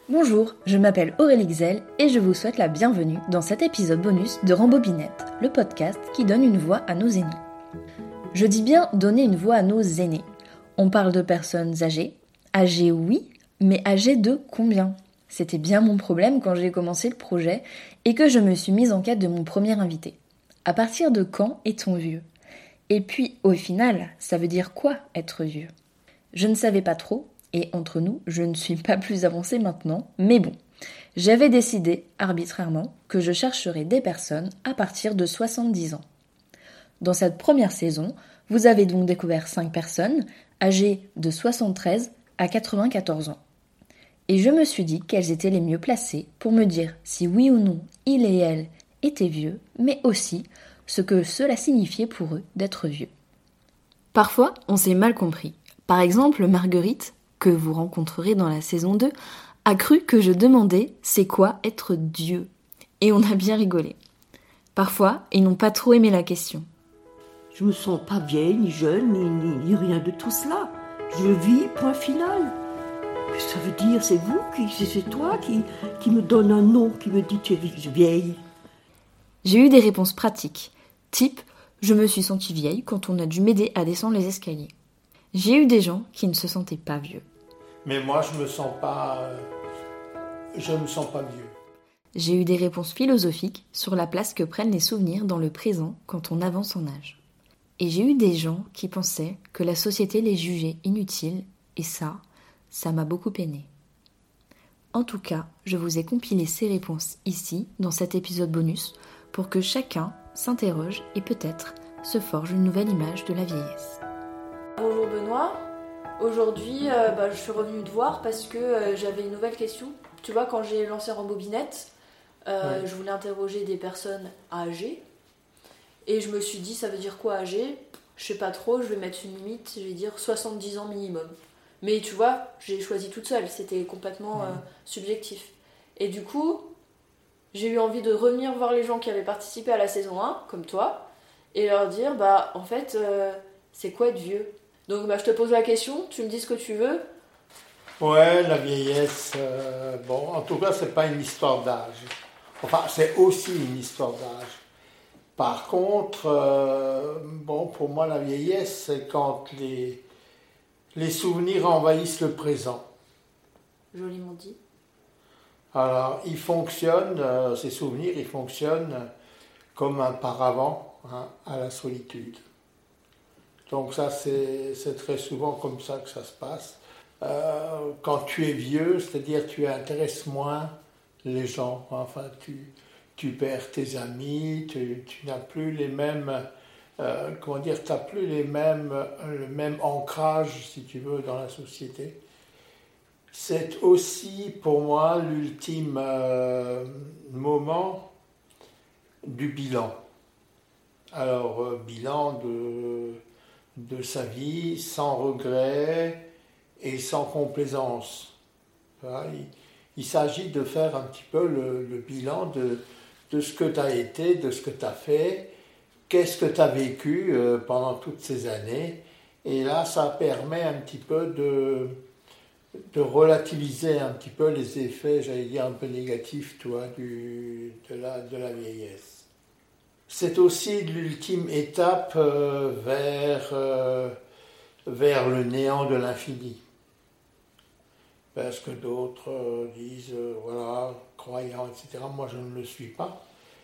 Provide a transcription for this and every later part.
Bonjour, je m'appelle Aurélie Xel et je vous souhaite la bienvenue dans cet épisode bonus de Rambobinette, le podcast qui donne une voix à nos aînés. Je dis bien donner une voix à nos aînés. On parle de personnes âgées. Âgées oui, mais âgées de combien ? C'était bien mon problème quand j'ai commencé le projet et que je me suis mise en quête de mon premier invité. À partir de quand est-on vieux ? Et puis, au final, ça veut dire quoi être vieux ? Je ne savais pas trop. Et entre nous, je ne suis pas plus avancée maintenant, mais bon. J'avais décidé, arbitrairement, que je chercherais des personnes à partir de 70 ans. Dans cette première saison, vous avez donc découvert 5 personnes, âgées de 73 à 94 ans. Et je me suis dit qu'elles étaient les mieux placées pour me dire si oui ou non il et elle étaient vieux, mais aussi ce que cela signifiait pour eux d'être vieux. Parfois, on s'est mal compris. Par exemple, Marguerite, que vous rencontrerez dans la saison 2, a cru que je demandais « c'est quoi être Dieu ?» Et on a bien rigolé. Parfois, ils n'ont pas trop aimé la question. Je me sens pas vieille, ni jeune, ni rien de tout cela. Je vis, point final. Qu'est-ce que ça veut dire ? C'est toi qui me donne un nom, qui me dit tu es vieille. J'ai eu des réponses pratiques, type « je me suis sentie vieille quand on a dû m'aider à descendre les escaliers ». J'ai eu des gens qui ne se sentaient pas vieux. Mais moi, je me sens pas vieux. J'ai eu des réponses philosophiques sur la place que prennent les souvenirs dans le présent quand on avance en âge. Et j'ai eu des gens qui pensaient que la société les jugeait inutiles, et ça m'a beaucoup peiné. En tout cas, je vous ai compilé ces réponses ici, dans cet épisode bonus, pour que chacun s'interroge et peut-être se forge une nouvelle image de la vieillesse. Bonjour Benoît, aujourd'hui je suis revenue te voir parce que j'avais une nouvelle question. Tu vois, quand j'ai lancé Rambobinette, je voulais interroger des personnes âgées et je me suis dit ça veut dire quoi âgé ? Je sais pas trop, je vais mettre une limite, je vais dire 70 ans minimum. Mais tu vois, j'ai choisi toute seule, c'était complètement subjectif. Et du coup, j'ai eu envie de revenir voir les gens qui avaient participé à la saison 1, comme toi, et leur dire en fait, c'est quoi être vieux ? Donc je te pose la question, tu me dis ce que tu veux. Ouais, la vieillesse, en tout cas, c'est pas une histoire d'âge. Enfin, c'est aussi une histoire d'âge. Par contre, pour moi, la vieillesse, c'est quand les souvenirs envahissent le présent. Joliment dit. Alors, ces souvenirs, ils fonctionnent comme un paravent à la solitude. Donc ça, c'est très souvent comme ça que ça se passe. Quand tu es vieux, c'est-à-dire tu intéresses moins les gens. Enfin, tu perds tes amis, tu n'as plus les mêmes... t'as plus le même ancrage, si tu veux, dans la société. C'est aussi, pour moi, l'ultime moment du bilan. Alors, bilan de sa vie, sans regret et sans complaisance. Il s'agit de faire un petit peu le bilan de ce que tu as été, de ce que tu as fait, qu'est-ce que tu as vécu pendant toutes ces années. Et là, ça permet un petit peu de relativiser un petit peu les effets, j'allais dire, un peu négatifs, de la vieillesse. C'est aussi l'ultime étape vers le néant de l'infini. Parce que d'autres disent, croyants, etc. Moi, je ne le suis pas.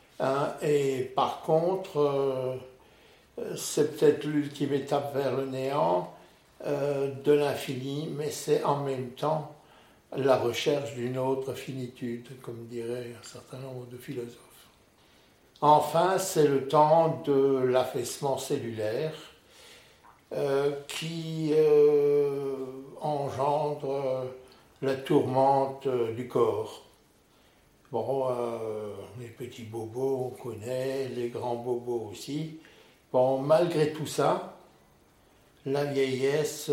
Et par contre, c'est peut-être l'ultime étape vers le néant de l'infini, mais c'est en même temps la recherche d'une autre finitude, comme diraient un certain nombre de philosophes. Enfin, c'est le temps de l'affaissement cellulaire qui engendre la tourmente du corps. Les petits bobos, on connaît, les grands bobos aussi. Malgré tout ça, la vieillesse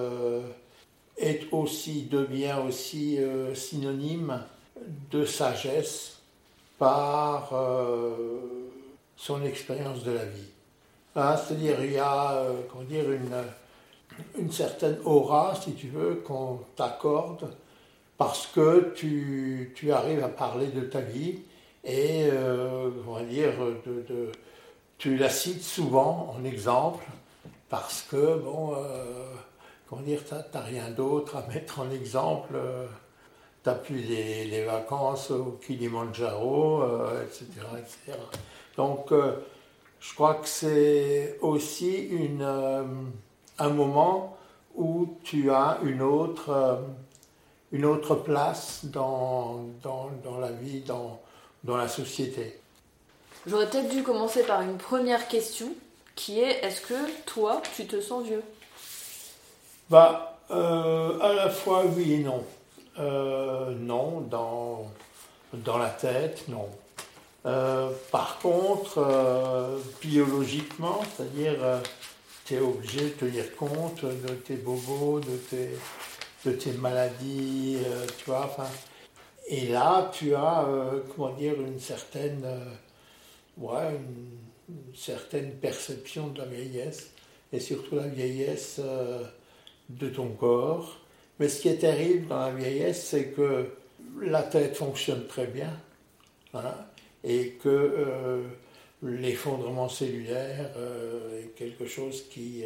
devient aussi synonyme de sagesse par son expérience de la vie. C'est-à-dire, il y a une certaine aura, si tu veux, qu'on t'accorde parce que tu arrives à parler de ta vie et, on va dire, tu la cites souvent en exemple, parce que, bon, comment dire, t'as rien d'autre à mettre en exemple. T'as plus les vacances au Kilimandjaro, etc., etc. Donc, je crois que c'est aussi un moment où tu as une autre place dans la vie, dans la société. J'aurais peut-être dû commencer par une première question, qui est, est-ce que toi, tu te sens vieux ? À la fois oui et non. Non, dans la tête, non. Par contre, biologiquement, c'est-à-dire, tu es obligé de tenir compte de tes bobos, de tes maladies, tu vois. Enfin, et là, tu as, comment dire, une certaine perception de la vieillesse, et surtout la vieillesse de ton corps. Mais ce qui est terrible dans la vieillesse, c'est que la tête fonctionne très bien, voilà, et que l'effondrement cellulaire est quelque chose qui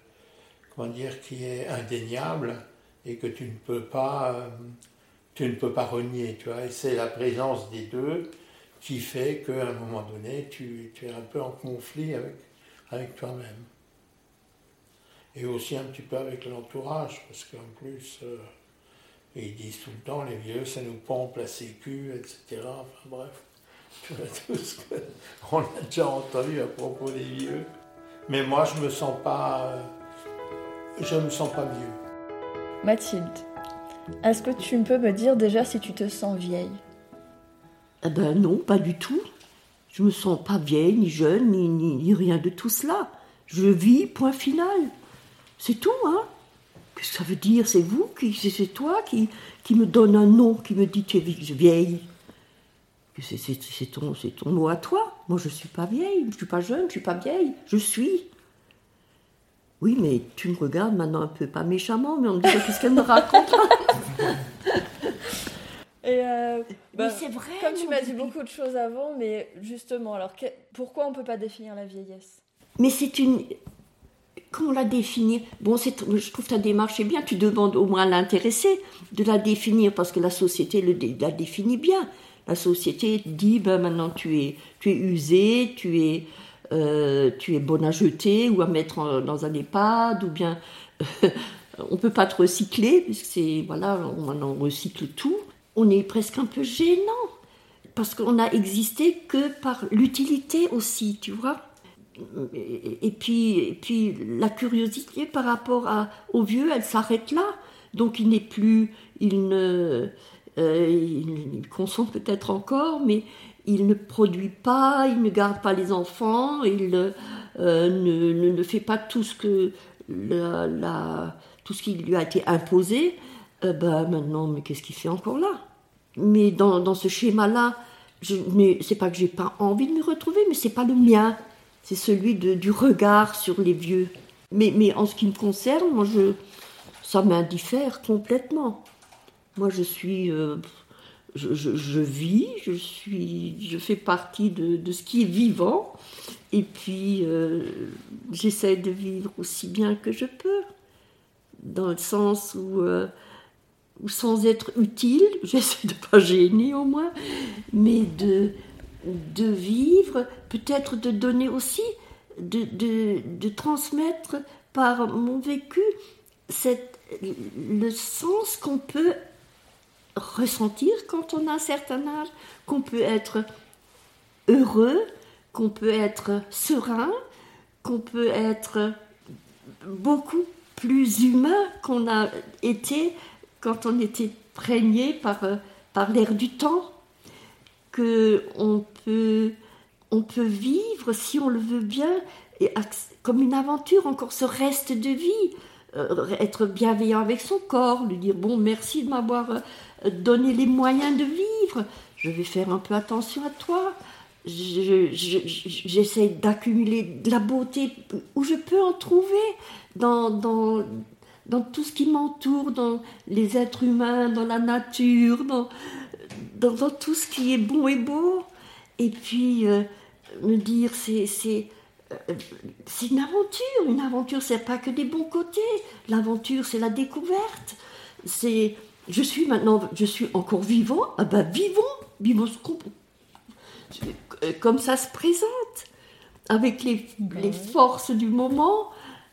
est indéniable et que tu ne peux pas renier, tu vois. Et c'est la présence des deux qui fait qu'à un moment donné, tu es un peu en conflit avec toi-même. Et aussi un petit peu avec l'entourage, parce qu'en plus, ils disent tout le temps, les vieux, ça nous pompe la sécu, etc. Enfin bref, tu vois tout ce qu'on a déjà entendu à propos des vieux. Mais moi, je me sens pas vieux. Mathilde, est-ce que tu peux me dire déjà si tu te sens vieille ? Eh ben non, pas du tout. Je me sens pas vieille, ni jeune, ni rien de tout cela. Je vis, point final. C'est tout, hein. Qu'est-ce que ça veut dire ? C'est toi qui me donne un nom, qui me dit tu es vieille. C'est ton mot à toi. Moi, je suis pas vieille, je suis pas jeune, je suis pas vieille. Je suis. Oui, mais tu me regardes maintenant un peu, pas méchamment, mais on me dit qu'est-ce qu'elle me raconte. Et mais c'est vrai. Comme tu m'as dit beaucoup de choses avant, mais justement, alors pourquoi on ne peut pas définir la vieillesse ? Mais c'est une... Comment la définir ? Bon, je trouve ta démarche est bien, tu demandes au moins à l'intéressé de la définir, parce que la société la définit bien. La société dit, maintenant tu es usé, tu es bonne à jeter ou à mettre dans un EHPAD, ou bien on ne peut pas te recycler, puisque on recycle tout. On est presque un peu gênant, parce qu'on n'a existé que par l'utilité aussi, tu vois. Et puis la curiosité par rapport au vieux, elle s'arrête là. Donc il consomme peut-être encore, mais il ne produit pas, il ne garde pas les enfants, il ne fait pas tout ce qui lui a été imposé. Maintenant, mais qu'est-ce qu'il fait encore là ? Mais dans ce schéma-là, c'est pas que j'ai pas envie de me retrouver, mais c'est pas le mien. C'est celui du regard sur les vieux. Mais en ce qui me concerne, moi, ça m'indiffère complètement. Moi, je suis... je vis, je fais partie de ce qui est vivant. Et puis, j'essaie de vivre aussi bien que je peux. Dans le sens où sans être utile, j'essaie de ne pas gêner au moins, mais de vivre, peut-être de donner aussi, de transmettre par mon vécu le sens qu'on peut ressentir quand on a un certain âge, qu'on peut être heureux, qu'on peut être serein, qu'on peut être beaucoup plus humain qu'on a été quand on était prégné par l'air du temps, qu'on peut vivre, si on le veut bien, comme une aventure, encore ce reste de vie, être bienveillant avec son corps, lui dire bon, merci de m'avoir donné les moyens de vivre, je vais faire un peu attention à toi, j'essaie d'accumuler de la beauté où je peux en trouver dans dans tout ce qui m'entoure, dans les êtres humains, dans la nature, dans tout ce qui est bon et beau. Et puis, me dire, c'est une aventure. Une aventure, c'est pas que des bons côtés. L'aventure, c'est la découverte. Je suis encore vivant. Ah ben, vivons comme ça se présente, avec les forces du moment,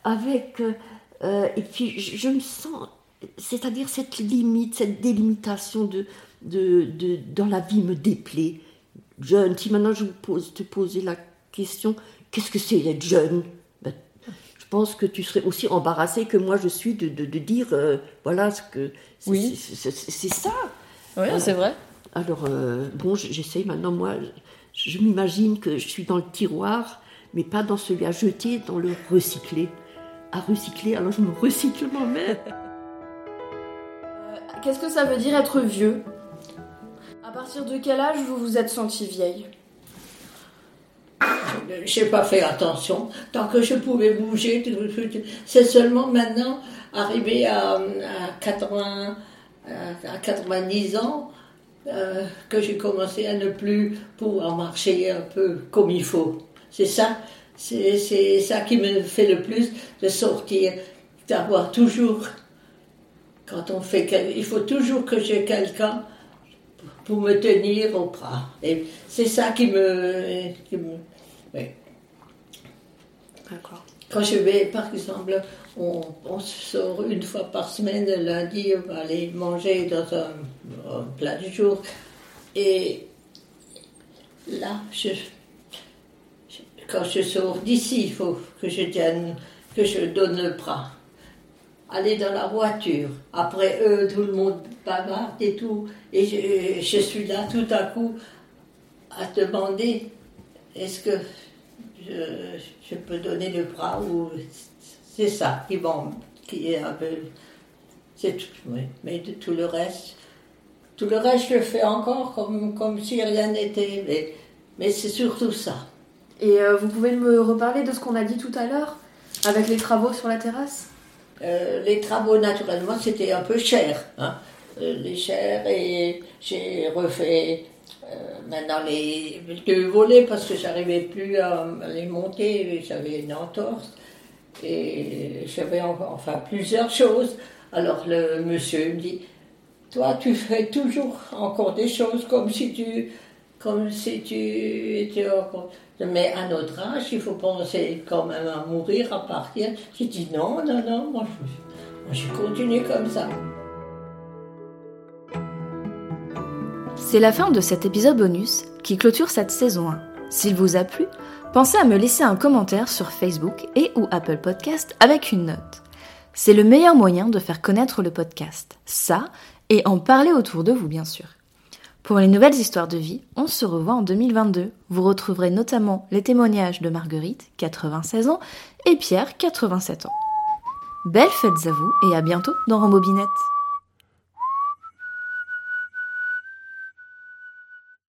et puis je me sens, c'est-à-dire cette limite, cette délimitation dans la vie me déplaît. Jeune, si maintenant je te posais la question, qu'est-ce que c'est d'être jeune? Ben, je pense que tu serais aussi embarrassée que moi je suis de dire, voilà ce que oui. C'est ça. Oui, c'est vrai. Alors, j'essaye maintenant, moi, je m'imagine que je suis dans le tiroir, mais pas dans celui à jeter, dans le recycler. À recycler, alors je me recycle moi-même. Qu'est-ce que ça veut dire être vieux? À partir de quel âge vous vous êtes sentie vieille? Je n'ai pas fait attention. Tant que je pouvais bouger, c'est seulement maintenant, arrivé à 90 ans, que j'ai commencé à ne plus pouvoir marcher un peu comme il faut. C'est ça qui me fait le plus de sortir, d'avoir toujours, quand on fait, il faut toujours que j'ai quelqu'un pour me tenir au bras. Et c'est ça qui me oui. D'accord. Quand je vais, par exemple, on sort une fois par semaine, le lundi, on va aller manger dans un plat du jour. Et là, quand je sors d'ici, il faut que je donne le bras. Aller dans la voiture. Après eux, tout le monde bavarde et tout. Et je suis là tout à coup à demander, est-ce que je peux donner le bras ou c'est ça qui est un peu, c'est tout, oui. Mais de tout le reste je le fais encore comme si rien n'était, mais c'est surtout ça. Et vous pouvez me reparler de ce qu'on a dit tout à l'heure avec les travaux sur la terrasse? Les travaux, naturellement, c'était un peu cher, hein. Les chers, et j'ai refait maintenant les 2 volets parce que j'arrivais plus à les monter, j'avais une entorse et j'avais enfin plusieurs choses. Alors le monsieur me dit, toi tu fais toujours encore des choses comme si tu étais encore... Mais à notre âge, il faut penser quand même à mourir, à partir. J'ai dit non, moi je continue comme ça. C'est la fin de cet épisode bonus qui clôture cette saison 1. S'il vous a plu, pensez à me laisser un commentaire sur Facebook et ou Apple Podcast avec une note. C'est le meilleur moyen de faire connaître le podcast. Ça, et en parler autour de vous bien sûr. Pour les nouvelles histoires de vie, on se revoit en 2022. Vous retrouverez notamment les témoignages de Marguerite, 96 ans, et Pierre, 87 ans. Belles fêtes à vous et à bientôt dans Rambobinette.